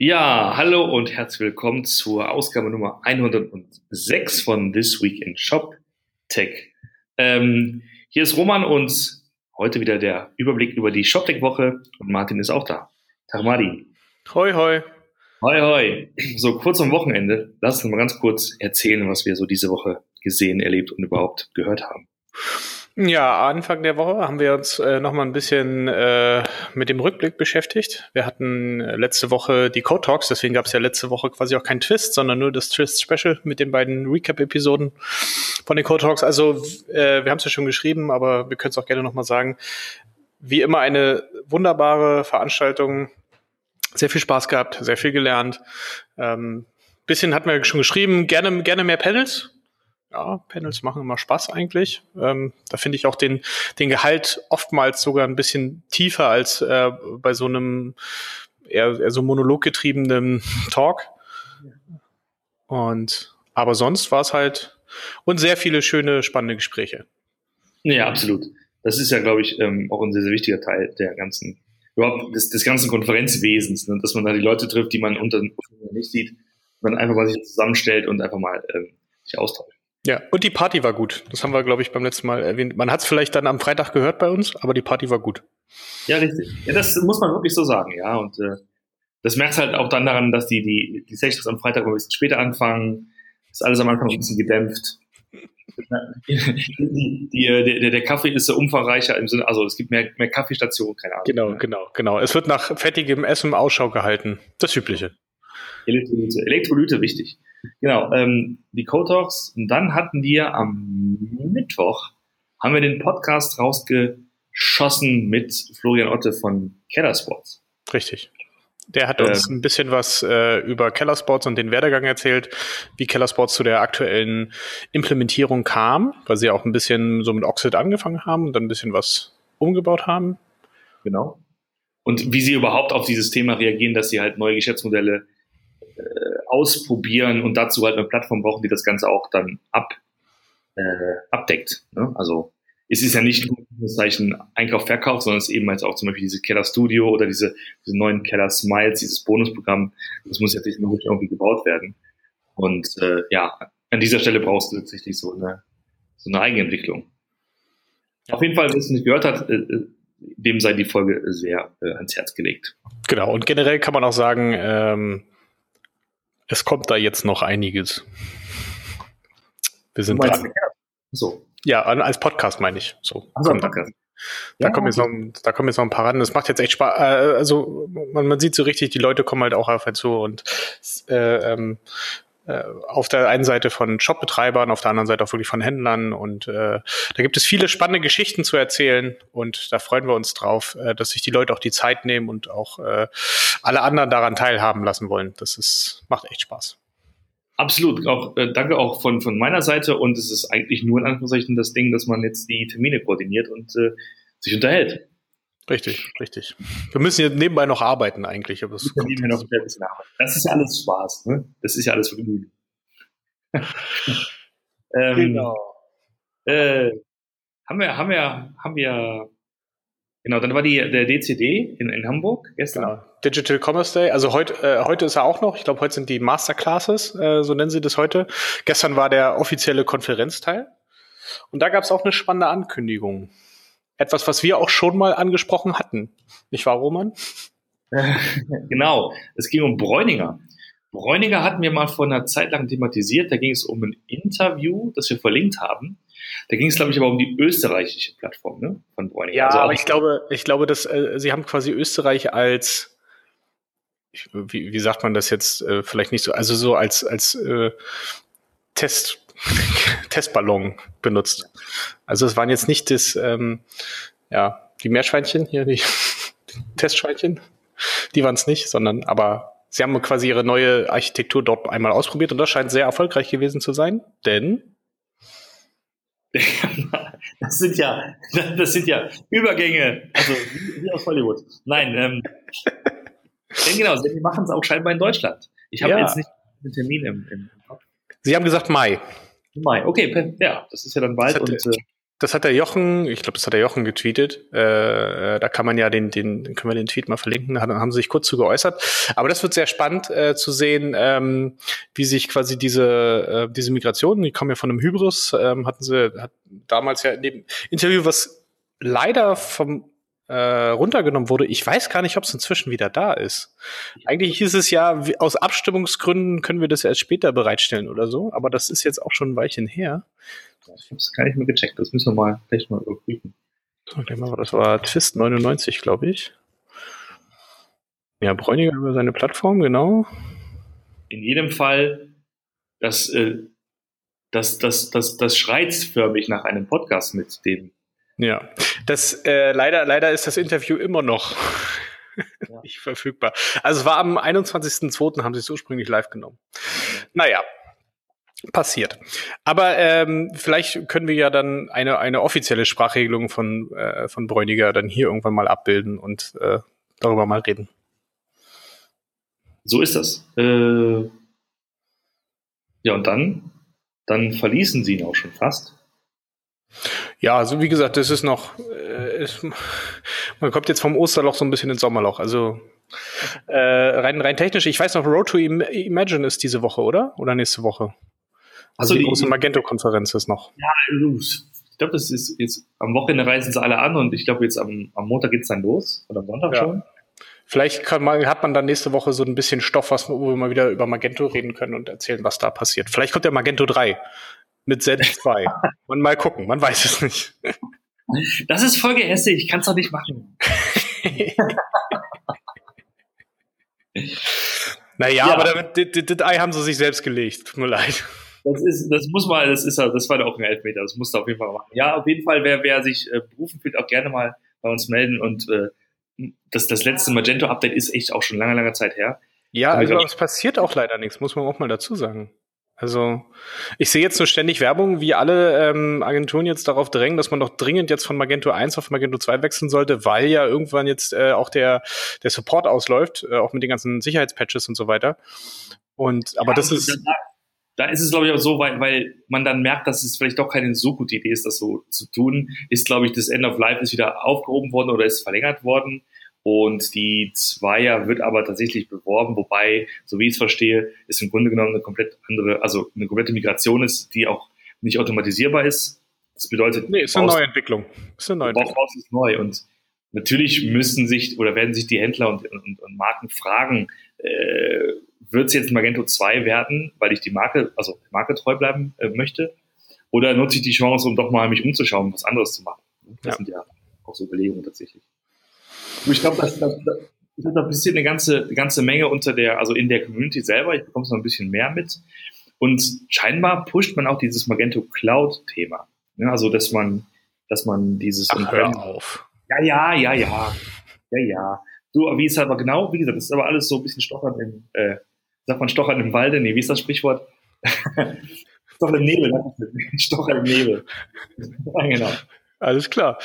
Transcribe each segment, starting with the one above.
Ja, hallo und herzlich willkommen zur Ausgabe Nummer 106 von This Week in Shop Tech. Hier ist Roman und heute wieder der Überblick über die ShopTech-Woche und Martin ist auch da. Tag Martin. Hoi, hoi. Hoi, hoi. So kurz am Wochenende. Lass uns mal ganz kurz erzählen, was wir so diese Woche gesehen, erlebt und überhaupt gehört haben. Ja, Anfang der Woche haben wir uns noch mal ein bisschen mit dem Rückblick beschäftigt. Wir hatten letzte Woche die Code Talks, deswegen gab es ja letzte Woche quasi auch kein Twist, sondern nur das Twist-Special mit den beiden Recap-Episoden von den Code Talks. Also wir haben es ja schon geschrieben, aber wir können es auch gerne noch mal sagen. Wie immer eine wunderbare Veranstaltung, sehr viel Spaß gehabt, sehr viel gelernt. Bisschen hatten wir schon geschrieben, gerne mehr Panels. Ja, Panels machen immer Spaß eigentlich. Da finde ich auch den Gehalt oftmals sogar ein bisschen tiefer als bei so einem eher so monologgetriebenen Talk. Aber sonst war es halt und sehr viele schöne, spannende Gespräche. Ja, absolut. Das ist ja, glaube ich, auch ein sehr, sehr wichtiger Teil der ganzen, überhaupt des ganzen Konferenzwesens, ne? Dass man da die Leute trifft, die man unter nicht sieht, man einfach mal sich zusammenstellt und einfach mal sich austauscht. Ja, und die Party war gut. Das haben wir, glaube ich, beim letzten Mal erwähnt. Man hat es vielleicht dann am Freitag gehört bei uns, aber die Party war gut. Ja, richtig. Ja, das muss man wirklich so sagen, ja. Und das merkst halt auch dann daran, dass die Sessions am Freitag ein bisschen später anfangen. Ist alles am Anfang ein bisschen gedämpft. Der Kaffee ist so umfangreicher im Sinne, also es gibt mehr Kaffeestationen, keine Ahnung. Genau. Es wird nach fettigem Essen Ausschau gehalten. Das Übliche. Elektrolyte, wichtig. Genau, die Code Talks. Und dann hatten wir am Mittwoch, haben wir den Podcast rausgeschossen mit Florian Otte von Keller Sports. Richtig. Der hat uns ein bisschen was über Keller Sports und den Werdegang erzählt, wie Keller Sports zu der aktuellen Implementierung kam, weil sie auch ein bisschen so mit Oxid angefangen haben und dann ein bisschen was umgebaut haben. Genau. Und wie sie überhaupt auf dieses Thema reagieren, dass sie halt neue Geschäftsmodelle ausprobieren und dazu halt eine Plattform brauchen, die das Ganze auch dann abdeckt. Ne? Also es ist ja nicht nur das Zeichen Einkauf, Verkauf, sondern es ist eben jetzt auch zum Beispiel diese Keller Studio oder diese neuen Keller Smiles, dieses Bonusprogramm, das muss ja technologisch irgendwie gebaut werden. Und an dieser Stelle brauchst du tatsächlich so eine Eigenentwicklung. Ja. Auf jeden Fall, wer es nicht gehört hat, dem sei die Folge sehr ans Herz gelegt. Genau, und generell kann man auch sagen, es kommt da jetzt noch einiges. Wir sind dran. So. Ja, als Podcast meine ich. So. Also Podcast. Da kommen jetzt noch ein paar ran. Das macht jetzt echt Spaß. Also man sieht so richtig, die Leute kommen halt auch auf einen zu und auf der einen Seite von Shopbetreibern, auf der anderen Seite auch wirklich von Händlern und da gibt es viele spannende Geschichten zu erzählen und da freuen wir uns drauf, dass sich die Leute auch die Zeit nehmen und auch alle anderen daran teilhaben lassen wollen. Macht echt Spaß. Absolut. Auch danke auch von meiner Seite und es ist eigentlich nur in Anführungszeichen das Ding, dass man jetzt die Termine koordiniert und sich unterhält. Richtig. Wir müssen jetzt nebenbei noch arbeiten eigentlich. Aber das ist ja alles Spaß, ne? Das ist ja alles Vergnügen. Genau. Haben wir genau, dann war der DCD in Hamburg gestern. Genau. Digital Commerce Day. Also heute ist er auch noch. Ich glaube, heute sind die Masterclasses, so nennen sie das heute. Gestern war der offizielle Konferenzteil. Und da gab es auch eine spannende Ankündigung. Etwas, was wir auch schon mal angesprochen hatten. Nicht wahr, Roman? Genau. Es ging um Bräuninger. Bräuninger hatten wir mal vor einer Zeit lang thematisiert. Da ging es um ein Interview, das wir verlinkt haben. Da ging es, glaube ich, aber um die österreichische Plattform, ne, von Bräuninger. Ja, also aber ich glaube, dass sie haben quasi Österreich als, wie sagt man das jetzt, vielleicht nicht so, also so als Testballon benutzt. Also es waren jetzt nicht die Meerschweinchen hier, die Testschweinchen, die waren es nicht, sondern aber sie haben quasi ihre neue Architektur dort einmal ausprobiert und das scheint sehr erfolgreich gewesen zu sein, denn das sind ja Übergänge, also wie aus Hollywood. Nein, denn genau, die machen es auch scheinbar in Deutschland. Ich habe jetzt nicht den Termin im Kopf. Sie haben gesagt Mai. Okay, ja, das ist ja dann bald. Das hat der Jochen, ich glaube, das hat der Jochen getweetet. Da kann man ja können wir den Tweet mal verlinken. Da haben sie sich kurz zu geäußert. Aber das wird sehr spannend zu sehen, wie sich quasi diese Migration, die kommen ja von einem Hybris, hat damals ja in dem Interview, was leider vom runtergenommen wurde. Ich weiß gar nicht, ob es inzwischen wieder da ist. Eigentlich hieß es ja, aus Abstimmungsgründen können wir das erst später bereitstellen oder so. Aber das ist jetzt auch schon ein Weilchen her. Ich habe es gar nicht mehr gecheckt. Das müssen wir vielleicht mal überprüfen. Das war Twist 99, glaube ich. Ja, Bräuniger über seine Plattform, genau. In jedem Fall, das schreit förmlich nach einem Podcast mit dem. Ja, leider ist das Interview immer noch nicht verfügbar. Also es war am 21.02. haben sie es ursprünglich live genommen. Naja, passiert. Aber vielleicht können wir ja dann eine offizielle Sprachregelung von Bräuniger dann hier irgendwann mal abbilden und darüber mal reden. So ist das. Ja, und dann verließen sie ihn auch schon fast. Ja, also wie gesagt, das ist noch, man kommt jetzt vom Osterloch so ein bisschen ins Sommerloch. Also rein technisch, ich weiß noch, Road to Imagine ist diese Woche, oder? Oder nächste Woche? Also die große Magento-Konferenz ist noch. Ja, ich glaube, das ist jetzt am Wochenende reisen sie alle an und ich glaube, jetzt am Montag geht's dann los oder am Sonntag schon. Vielleicht hat man dann nächste Woche so ein bisschen Stoff, wo wir mal wieder über Magento reden können und erzählen, was da passiert. Vielleicht kommt der Magento 3 mit Zen 2. Und mal gucken, man weiß es nicht. Das ist voll gehässig, ich kann es doch nicht machen. Naja, aber das Ei haben sie sich selbst gelegt. Tut mir leid. Das war doch auch ein Elfmeter, das musste auf jeden Fall machen. Ja, auf jeden Fall, wer sich berufen fühlt, auch gerne mal bei uns melden und das letzte Magento-Update ist echt auch schon lange Zeit her. Ja, also es passiert auch leider nichts, muss man auch mal dazu sagen. Also ich sehe jetzt nur ständig Werbung, wie alle Agenturen jetzt darauf drängen, dass man doch dringend jetzt von Magento 1 auf Magento 2 wechseln sollte, weil ja irgendwann jetzt auch der Support ausläuft, auch mit den ganzen Sicherheitspatches und so weiter. Aber das ist... Da ist es, glaube ich, auch so, weil man dann merkt, dass es vielleicht doch keine so gute Idee ist, das so zu tun, ist, glaube ich, das End of Life ist wieder aufgehoben worden oder ist verlängert worden. Und die Zweier wird aber tatsächlich beworben, wobei, so wie ich es verstehe, ist im Grunde genommen eine komplett andere, also eine komplette Migration ist, die auch nicht automatisierbar ist. Das bedeutet... Nee, ist eine Neuentwicklung. Ist neu. Und natürlich werden sich die Händler und Marken fragen, wird es jetzt Magento 2 werden, weil ich die Marke treu bleiben möchte? Oder nutze ich die Chance, um doch mal mich umzuschauen, was anderes zu machen? Das sind ja auch so Überlegungen tatsächlich. Ich glaube, das ist ein bisschen eine ganze Menge in der Community selber. Ich bekomme es noch ein bisschen mehr mit. Und scheinbar pusht man auch dieses Magento Cloud-Thema. Ja, also, dass man dieses... hör auf. Ja. Du, wie ist aber genau, wie gesagt, das ist aber alles so ein bisschen stochern im Walde? Nee, wie ist das Sprichwort? Stochern im Nebel, ne? Stochern im Nebel. Ja, genau. Alles klar.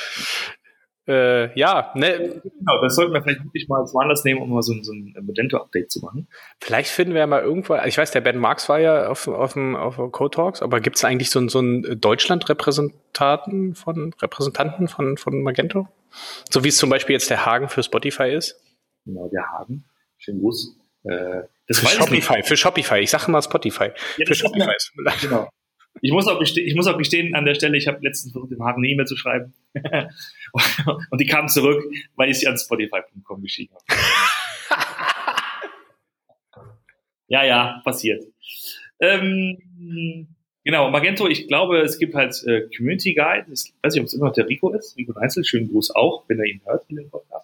Genau, das sollten wir vielleicht wirklich mal als Anlass nehmen, um mal so ein Magento-Update zu machen. Vielleicht finden wir ja mal irgendwo, ich weiß, der Ben Marx war ja auf Code Talks, aber gibt es eigentlich so einen Deutschland-Repräsentanten von Magento? So wie es zum Beispiel jetzt der Hagen für Spotify ist? Genau, der Hagen. Schönen Gruß. Für Shopify. Ich sage mal Spotify. Ja, für Shopify. Genau. Ich muss auch gestehen an der Stelle, ich habe letztens versucht, dem Hagen eine E-Mail zu schreiben. Und die kam zurück, weil ich sie an Spotify.com geschrieben habe. Ja, passiert. Genau, Magento, ich glaube, es gibt halt Community Guide. Ich weiß nicht, ob es immer noch der Rico ist. Rico Neitzel, schönen Gruß auch, wenn er ihn hört in den Podcast.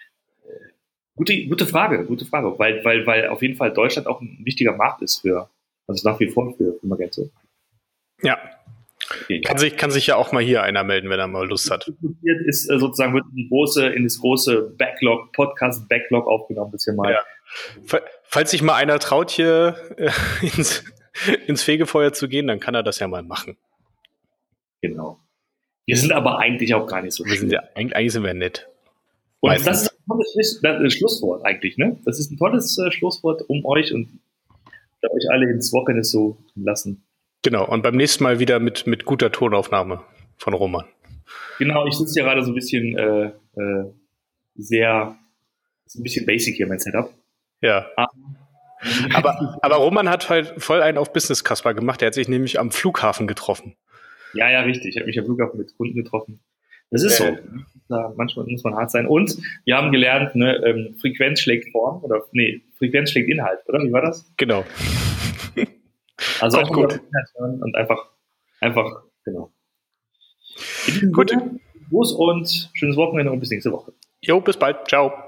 Gute Frage, weil auf jeden Fall Deutschland auch ein wichtiger Markt ist nach wie vor für Magento. Ja. Okay. Kann sich ja auch mal hier einer melden, wenn er mal Lust hat. Ist sozusagen wird in das große Podcast-Backlog aufgenommen, das hier mal. Ja. Falls sich mal einer traut, hier ins Fegefeuer zu gehen, dann kann er das ja mal machen. Genau. Wir sind aber eigentlich auch gar nicht so schlimm. Eigentlich sind wir nett. Und das ist ein tolles Schlusswort eigentlich, ne? Das ist ein tolles Schlusswort, um euch alle ins Wochenende so lassen. Genau, und beim nächsten Mal wieder mit guter Tonaufnahme von Roman. Genau, ich sitze ja gerade so ein bisschen ist ein bisschen basic hier, mein Setup. Ja. Aber Roman hat halt voll einen auf Business Kasper gemacht. Der hat sich nämlich am Flughafen getroffen. Ja, richtig. Ich habe mich am Flughafen mit Kunden getroffen. Das ist so. Manchmal muss man hart sein. Und wir haben gelernt, ne, Frequenz schlägt Form Frequenz schlägt Inhalt, oder? Wie war das? Genau. Also auch gut. Inhalt hören und einfach, genau. Gut. Gruß und schönes Wochenende und bis nächste Woche. Jo, bis bald. Ciao.